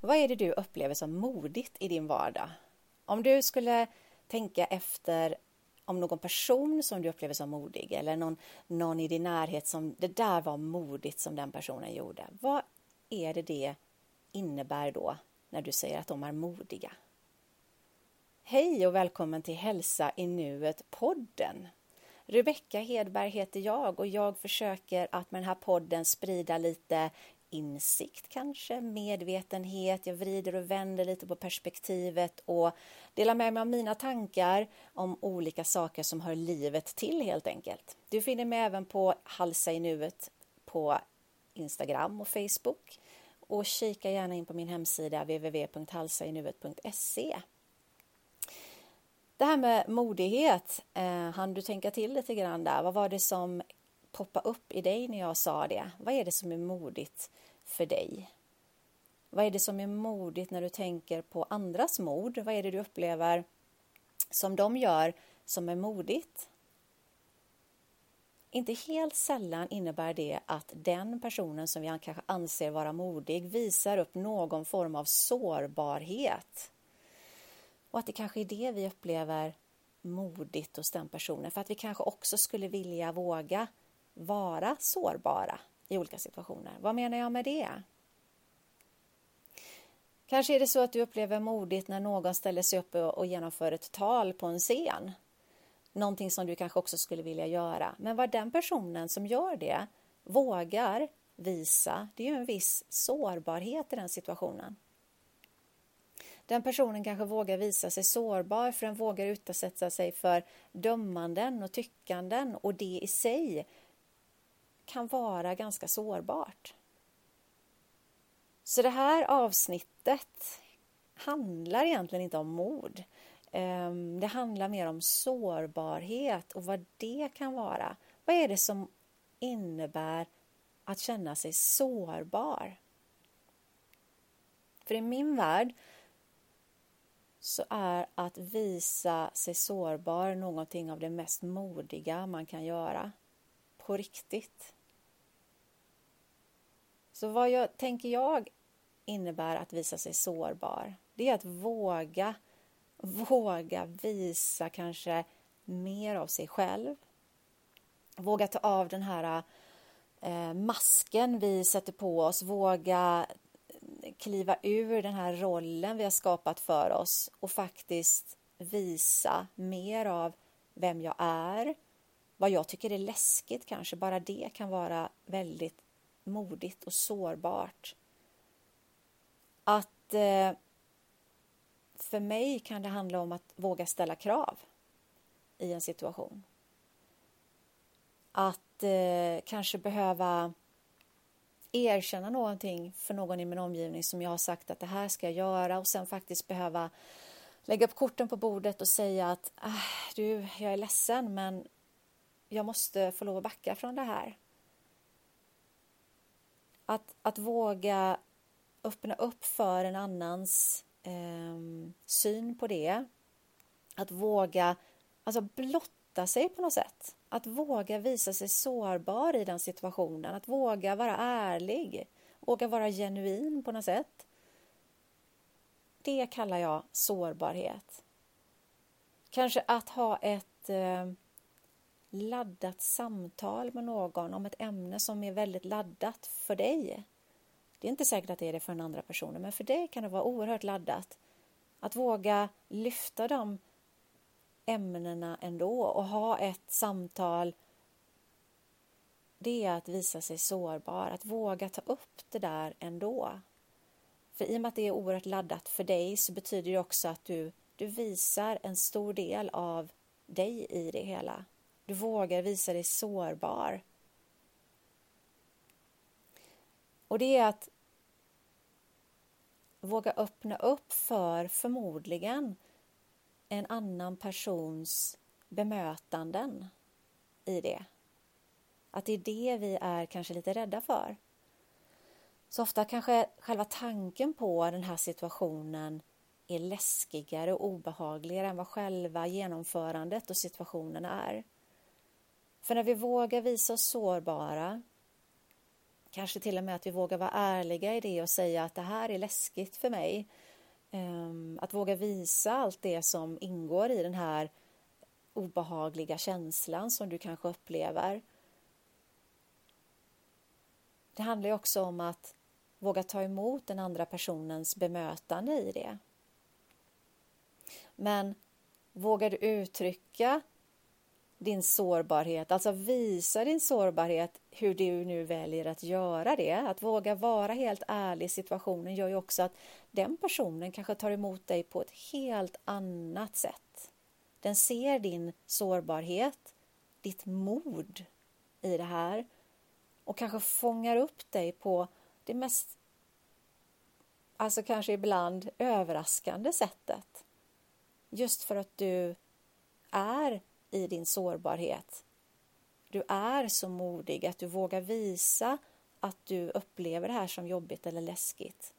Vad är det du upplever som modigt i din vardag? Om du skulle tänka efter om någon person som du upplever som modig eller någon i din närhet som det där var modigt som den personen gjorde. Vad är det innebär då när du säger att de är modiga? Hej och välkommen till Hälsa i nuet-podden. Rebecka Hedberg heter jag och jag försöker att med den här podden sprida lite insikt kanske, medvetenhet. Jag vrider och vänder lite på perspektivet och delar med mig av mina tankar om olika saker som hör livet till helt enkelt. Du finner mig även på Hälsa i nuet på Instagram och Facebook och kika gärna in på min hemsida www.halsainuet.se. Det här med modighet, hann du tänka till lite grann där? Vad var det som poppade upp i dig när jag sa det? Vad är det som är modigt för dig? Vad är det som är modigt när du tänker på andras mod? Vad är det du upplever som de gör som är modigt? Inte helt sällan innebär det att den personen som vi kanske anser vara modig visar upp någon form av sårbarhet. Och att det kanske är det vi upplever modigt hos den personen. För att vi kanske också skulle vilja våga vara sårbara i olika situationer. Vad menar jag med det? Kanske är det så att du upplever modigt när någon ställer sig upp och genomför ett tal på en scen. Någonting som du kanske också skulle vilja göra. Men vad den personen som gör det vågar visa, det är ju en viss sårbarhet i den situationen. Den personen kanske vågar visa sig sårbar för den vågar utsätta sig för dömanden och tyckanden och det i sig kan vara ganska sårbart. Så det här avsnittet handlar egentligen inte om mod. Det handlar mer om sårbarhet och vad det kan vara. Vad är det som innebär att känna sig sårbar? För i min värld så är att visa sig sårbar någonting av det mest modiga man kan göra. På riktigt. Så vad tänker jag innebär att visa sig sårbar? Det är att våga visa kanske mer av sig själv. Våga ta av den här masken vi sätter på oss. Våga kliva ur den här rollen vi har skapat för oss och faktiskt visa mer av vem jag är. Vad jag tycker är läskigt kanske, bara det kan vara väldigt modigt och sårbart. Att för mig kan det handla om att våga ställa krav i en situation. Att kanske behöva erkänna någonting för någon i min omgivning som jag har sagt att det här ska jag göra och sen faktiskt behöva lägga upp korten på bordet och säga att jag är ledsen men jag måste få lov att backa från det här. Att våga öppna upp för en annans syn på det. Att våga blotta sig på något sätt. Att våga visa sig sårbar i den situationen. Att våga vara ärlig. Våga vara genuin på något sätt. Det kallar jag sårbarhet. Kanske att ha ett laddat samtal med någon om ett ämne som är väldigt laddat för dig. Det är inte säkert att det är det för den andra personen, men för dig kan det vara oerhört laddat. Att våga lyfta de ämnena ändå och ha ett samtal, det är att visa sig sårbar. Att våga ta upp det där ändå. För i och med att det är oerhört laddat för dig så betyder det också att du visar en stor del av dig i det hela. Du vågar visa dig sårbar. Och det är att våga öppna upp för förmodligen en annan persons bemötanden i det. Att det är det vi är kanske lite rädda för. Så ofta kanske själva tanken på den här situationen är läskigare och obehagligare än vad själva genomförandet och situationen är. För när vi vågar visa oss sårbara Kanske till och med att vi vågar vara ärliga i det och säga att det här är läskigt för mig. Att våga visa allt det som ingår i den här obehagliga känslan som du kanske upplever. Det handlar ju också om att våga ta emot den andra personens bemötande i det. Men vågar du uttrycka din sårbarhet, alltså visa din sårbarhet hur du nu väljer att göra det. Att våga vara helt ärlig i situationen gör ju också att den personen kanske tar emot dig på ett helt annat sätt. Den ser din sårbarhet, ditt mod i det här och kanske fångar upp dig på det mest, alltså kanske ibland överraskande sättet. Just för att du är i din sårbarhet. Du är så modig att du vågar visa att du upplever det här som jobbigt eller läskigt.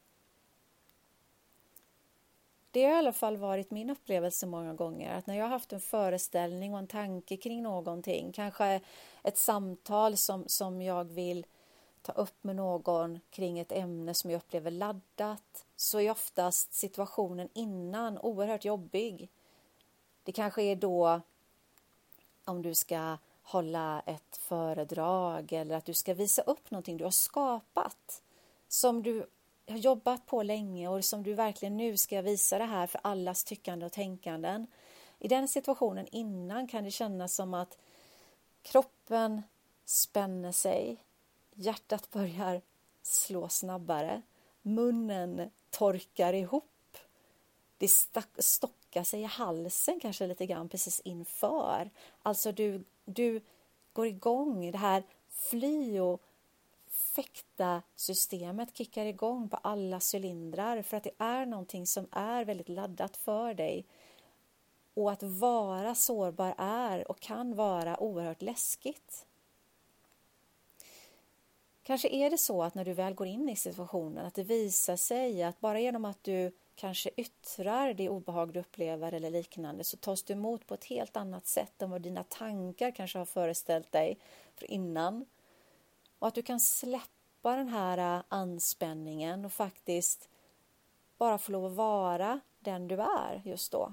Det har i alla fall varit min upplevelse många gånger, att när jag har haft en föreställning och en tanke kring någonting, kanske ett samtal som jag vill ta upp med någon kring ett ämne som jag upplever laddat, så är oftast situationen innan oerhört jobbig. Det kanske är då om du ska hålla ett föredrag eller att du ska visa upp någonting du har skapat som du har jobbat på länge och som du verkligen nu ska visa det här för allas tyckande och tänkanden. I den situationen innan kan det kännas som att kroppen spänner sig, hjärtat börjar slå snabbare, munnen torkar ihop, det stockar sig i halsen kanske lite grann precis inför. Alltså du går igång, det här fly och fäkta systemet kickar igång på alla cylindrar för att det är någonting som är väldigt laddat för dig. Och att vara sårbar är och kan vara oerhört läskigt. Kanske är det så att när du väl går in i situationen att det visar sig att bara genom att du kanske yttrar det obehag du upplever eller liknande så tas du emot på ett helt annat sätt än vad dina tankar kanske har föreställt dig för innan. Och att du kan släppa den här anspänningen och faktiskt bara få lov att vara den du är just då.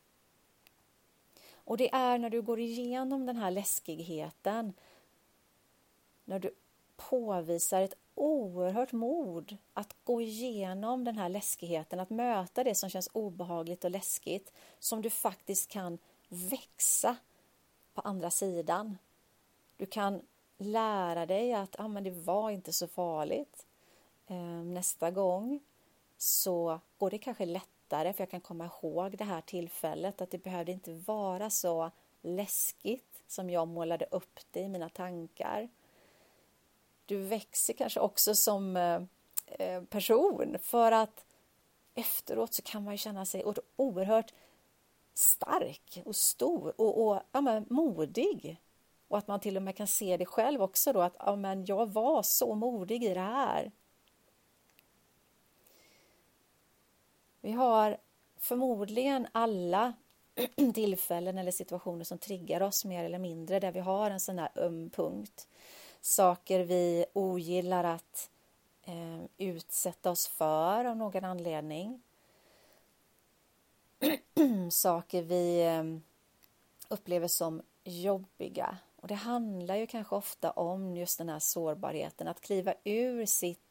Och det är när du går igenom den här läskigheten, när du påvisar ett oerhört mod att gå igenom den här läskigheten, att möta det som känns obehagligt och läskigt, som du faktiskt kan växa på andra sidan. Du kan lära dig att men det var inte så farligt. Nästa gång så går det kanske lättare, för jag kan komma ihåg det här tillfället, att det behövde inte vara så läskigt som jag målade upp det i mina tankar. Du växer kanske också som person, för att efteråt så kan man ju känna sig oerhört stark och stor och modig. Och att man till och med kan se det själv också då, att jag var så modig i det här. Vi har förmodligen alla tillfällen eller situationer som triggar oss mer eller mindre, där vi har en sån här punkt. Saker vi ogillar att utsätta oss för av någon anledning. Saker vi upplever som jobbiga. Och det handlar ju kanske ofta om just den här sårbarheten. Att kliva ur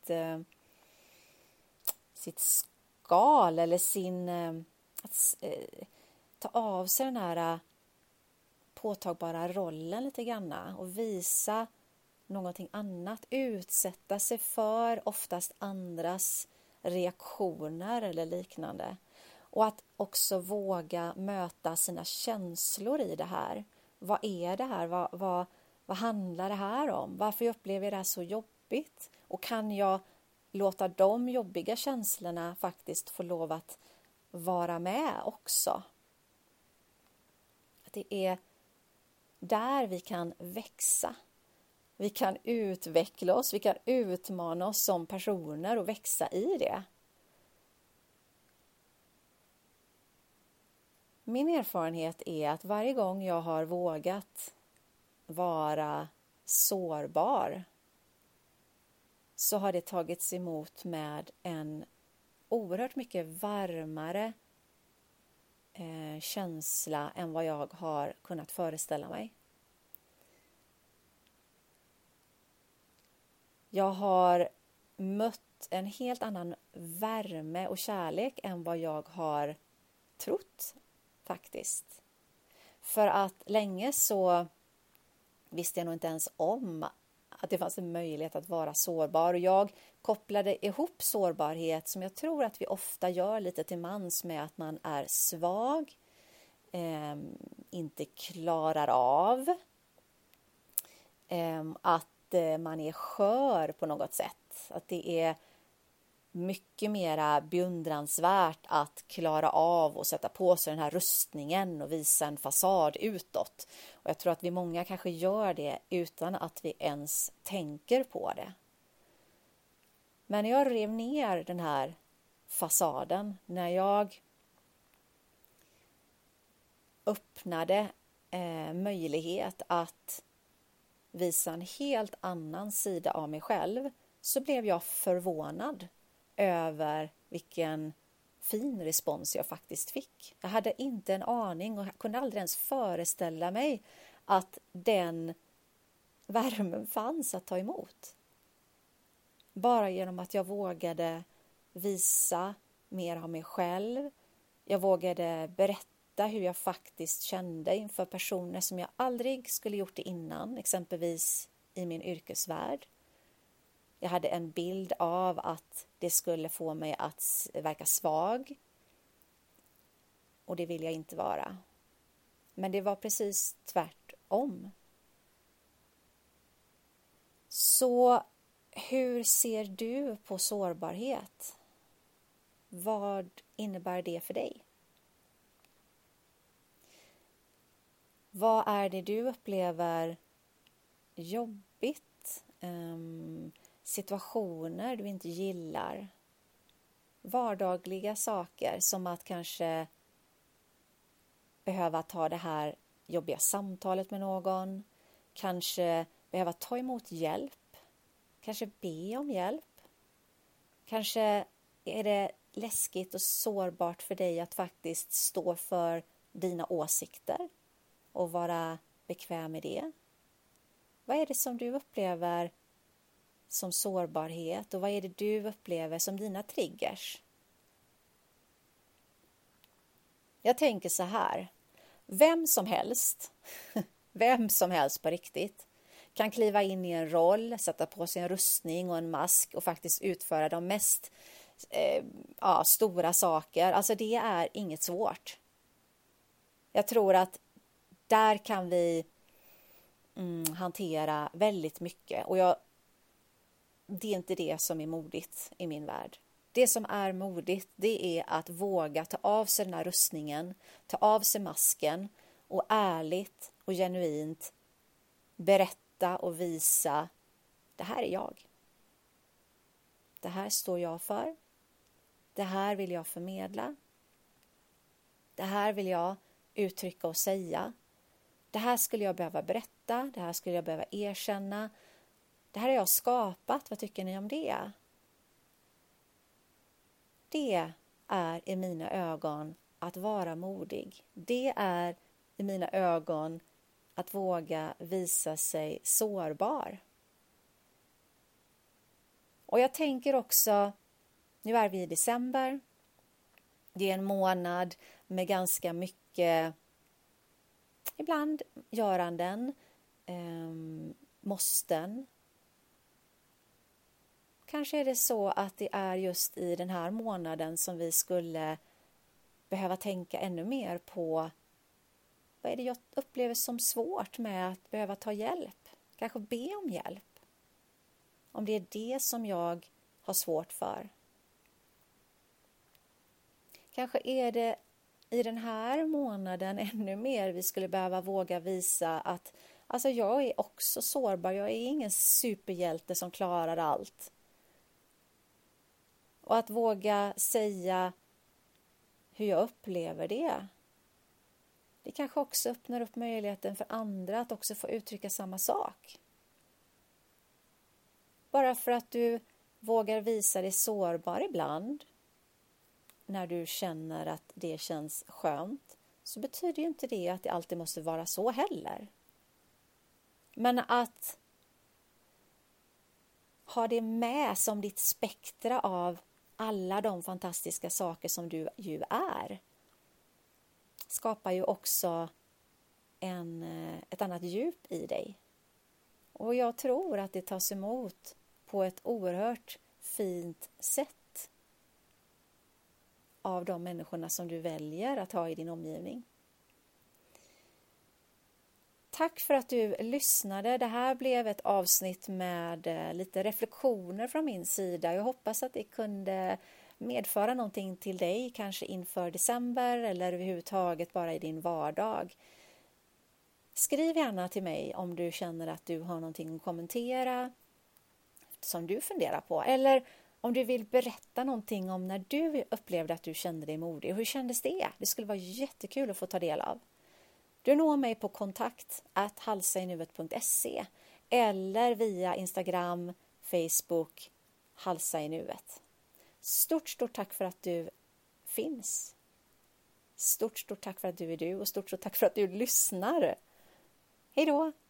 sitt skal eller att ta av sig den här påtagbara rollen lite grann och visa någonting annat, utsätta sig för oftast andras reaktioner eller liknande, och att också våga möta sina känslor i det här. Vad är det här? Vad handlar det här om? Varför upplever jag det här så jobbigt? Och kan jag låta de jobbiga känslorna faktiskt få lov att vara med också? Att det är där vi kan växa. Vi kan utveckla oss, vi kan utmana oss som personer och växa i det. Min erfarenhet är att varje gång jag har vågat vara sårbar så har det tagits emot med en oerhört mycket varmare känsla än vad jag har kunnat föreställa mig. Jag har mött en helt annan värme och kärlek än vad jag har trott faktiskt. För att länge så visste jag nog inte ens om att det fanns en möjlighet att vara sårbar. Och jag kopplade ihop sårbarhet, som jag tror att vi ofta gör lite till mans, med att man är svag, inte klarar av, att man är skör på något sätt. Att det är mycket mera beundransvärt att klara av och sätta på sig den här rustningen och visa en fasad utåt. Och jag tror att vi många kanske gör det utan att vi ens tänker på det. Men när jag rev ner den här fasaden, när jag öppnade möjlighet att visa en helt annan sida av mig själv, så blev jag förvånad över vilken fin respons jag faktiskt fick. Jag hade inte en aning och kunde aldrig ens föreställa mig att den värmen fanns att ta emot. Bara genom att jag vågade visa mer av mig själv. Jag vågade berätta hur jag faktiskt kände inför personer som jag aldrig skulle gjort det innan, exempelvis i min yrkesvärld. Jag hade en bild av att det skulle få mig att verka svag. Och det vill jag inte vara. Men det var precis tvärtom. Så hur ser du på sårbarhet? Vad innebär det för dig? Vad är det du upplever jobbigt? Situationer du inte gillar? Vardagliga saker, som att kanske behöva ta det här jobbiga samtalet med någon. Kanske behöva ta emot hjälp. Kanske be om hjälp. Kanske är det läskigt och sårbart för dig att faktiskt stå för dina åsikter och vara bekväm med det. Vad är det som du upplever som sårbarhet, och vad är det du upplever som dina triggers? Jag tänker så här: vem som helst på riktigt kan kliva in i en roll, sätta på sig en rustning och en mask och faktiskt utföra de mest stora saker. Alltså det är inget svårt. Jag tror att där kan vi hantera väldigt mycket. Och det är inte det som är modigt i min värld. Det som är modigt, det är att våga ta av sig den här rustningen, ta av sig masken och ärligt och genuint berätta och visa: det här är jag. Det här står jag för. Det här vill jag förmedla. Det här vill jag uttrycka och säga. Det här skulle jag behöva berätta. Det här skulle jag behöva erkänna. Det här har jag skapat. Vad tycker ni om det? Det är i mina ögon att vara modig. Det är i mina ögon att våga visa sig sårbar. Och jag tänker också, nu är vi i december. Det är en månad med ganska mycket, ibland göranden, måsten. Kanske är det så att det är just i den här månaden som vi skulle behöva tänka ännu mer på: vad är det jag upplever som svårt med att behöva ta hjälp? Kanske be om hjälp. Om det är det som jag har svårt för. Kanske är det i den här månaden ännu mer vi skulle behöva våga visa att alltså jag är också sårbar. Jag är ingen superhjälte som klarar allt. Och att våga säga hur jag upplever det. Det kanske också öppnar upp möjligheten för andra att också få uttrycka samma sak. Bara för att du vågar visa dig sårbar ibland, när du känner att det känns skönt, så betyder ju inte det att det alltid måste vara så heller. Men att ha det med som ditt spektra av alla de fantastiska saker som du ju är, skapar ju också ett annat djup i dig. Och jag tror att det tas emot på ett oerhört fint sätt av de människorna som du väljer att ha i din omgivning. Tack för att du lyssnade. Det här blev ett avsnitt med lite reflektioner från min sida. Jag hoppas att det kunde medföra någonting till dig, kanske inför december eller överhuvudtaget bara i din vardag. Skriv gärna till mig om du känner att du har någonting att kommentera som du funderar på. Eller om du vill berätta någonting om när du upplevde att du kände dig modig. Hur kändes det? Det skulle vara jättekul att få ta del av. Du når mig på kontakt@halsainuet.se eller via Instagram, Facebook, Halsa i nuet. Stort tack för att du finns. Stort tack för att du är du och stort tack för att du lyssnar. Hej då!